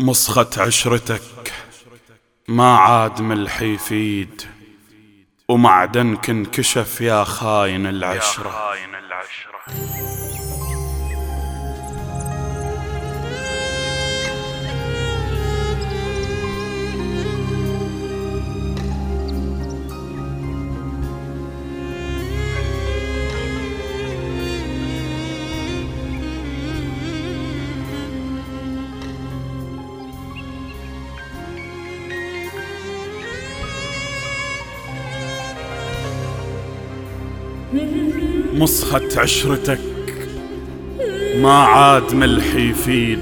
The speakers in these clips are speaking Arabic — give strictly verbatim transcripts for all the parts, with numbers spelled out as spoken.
مسخة عشرتك ما عاد ملح يفيد، ومعدنك انكشف يا خاين العشرة. مسخة عشرتك ما عاد ملح يفيد،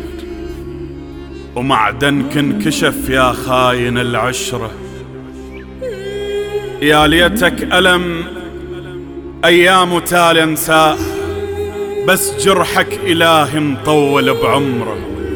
ومعدنك انكشف يا خاين العشرة. يا ليتك ألم أيام تالي انساه، بس جرحك إلهي مطول بعمره.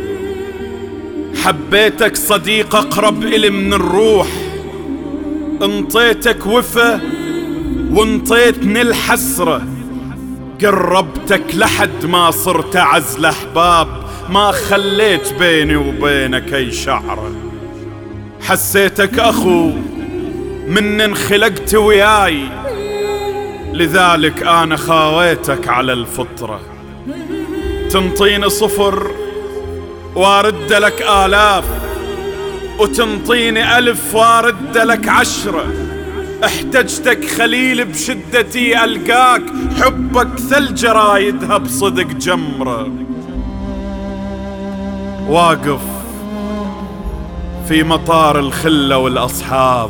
حبيتك صديق أقرب إلي من الروح، انطيتك وفا وانطيتني الحسرة. قربتك لحد ما صرت أعز الأحباب، ما خليت بيني وبينك أي شعرة. حسيتك أخو من انخلقت وياي، لذلك أنا خاويتك على الفطرة. تنطيني صفر وارد لك آلاف، وتنطيني ألف وارد لك عشرة. احتجتك خليل بشدتي ألقاك، حبك ثلج رايدها بصدق جمرة. واقف في مطار الخلة والأصحاب،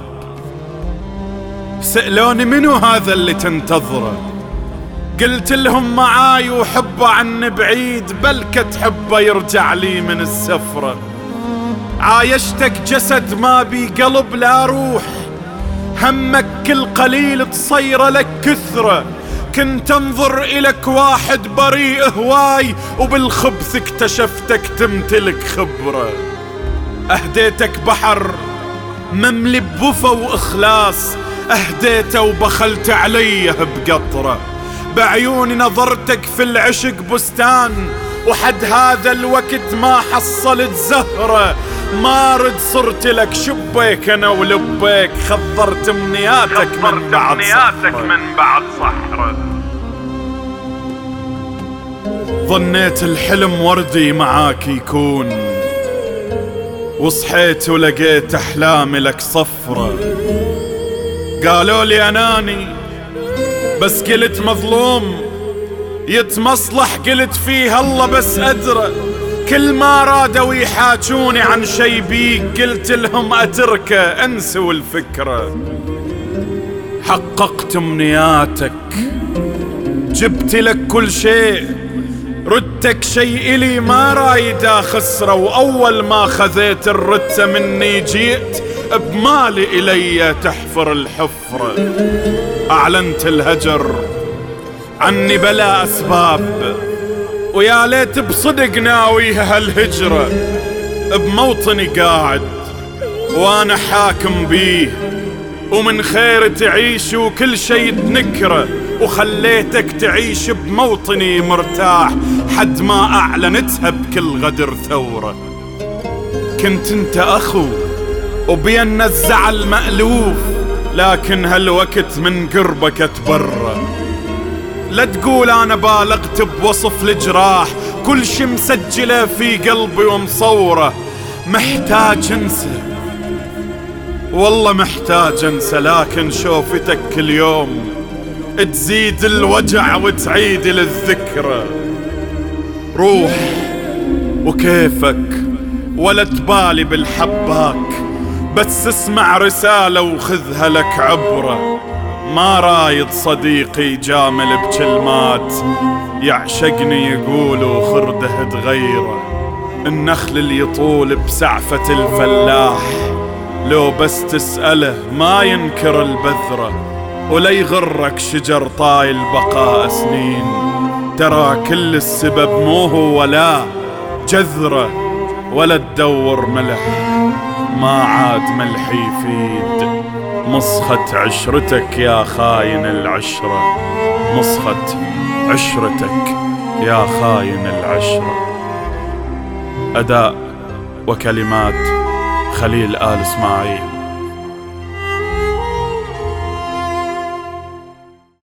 سألوني منو هذا اللي تنتظره. قلت لهم معاي وحبه عني بعيد، بلكة تحبه يرجع لي من السفرة. عايشتك جسد ما بي قلب لا روح، همك كل قليل تصير لك كثرة. كنت انظر إلك واحد بريء هواي، وبالخبث اكتشفتك تمتلك خبرة. أهديتك بحر مملي بوفا وإخلاص، أهديته وبخلت عليه بقطرة. بعيوني نظرتك في العشق بستان، وحد هذا الوقت ما حصلت زهرة. ما رد صرت لك شبيك أنا ولبيك، خضرت منياتك من بعد صحرة. من بعد صحرة ظنيت الحلم وردي معاك يكون، وصحيت ولقيت أحلامي لك صفرة. قالوا لي أناني بس قلت مظلوم، يتمصلح قلت فيه الله بس أدرى. كل ما رادوا يحاجوني عن شي بيك، قلت لهم أتركه انسوا الفكرة. حققت امنياتك جبت لك كل شيء، ردتك شي إلي ما رايدا خسره. وأول ما خذيت الردة مني جيت بمالي إلي تحفر الحفرة. أعلنت الهجر عني بلا أسباب، ويا ليت بصدق ناويها هالهجرة. بموطني قاعد وانا حاكم بيه، ومن خير تعيش وكل شي تنكره. وخليتك تعيش بموطني مرتاح، حد ما أعلنتها بكل غدر ثورة. كنت انت أخو وبينا الزعل مألوف، لكن هالوقت من قربك اتبرى. لا تقول أنا بالغت بوصف الجراح، كل شي مسجله في قلبي ومصوره. محتاج انسى والله محتاج انسى، لكن شوفتك كل يوم تزيد الوجع وتعيد للذكرى. روح وكيفك ولا تبالي بالحباك، بس اسمع رسالة وخذها لك عبرة. ما رايد صديقي جامل بكلمات، يعشقني يقولوا خرده تغيره. النخل اللي يطول بسعفة الفلاح، لو بس تسأله ما ينكر البذرة. ولا يغرك شجر طايل بقاء سنين، ترى كل السبب مو هو ولا جذرة. ولا تدور ملح ما عاد ملح يفيد، مسخة عشرتك يا خاين العشرة. مسخة عشرتك يا خاين العشرة. أداء وكلمات خليل آل إسماعيل.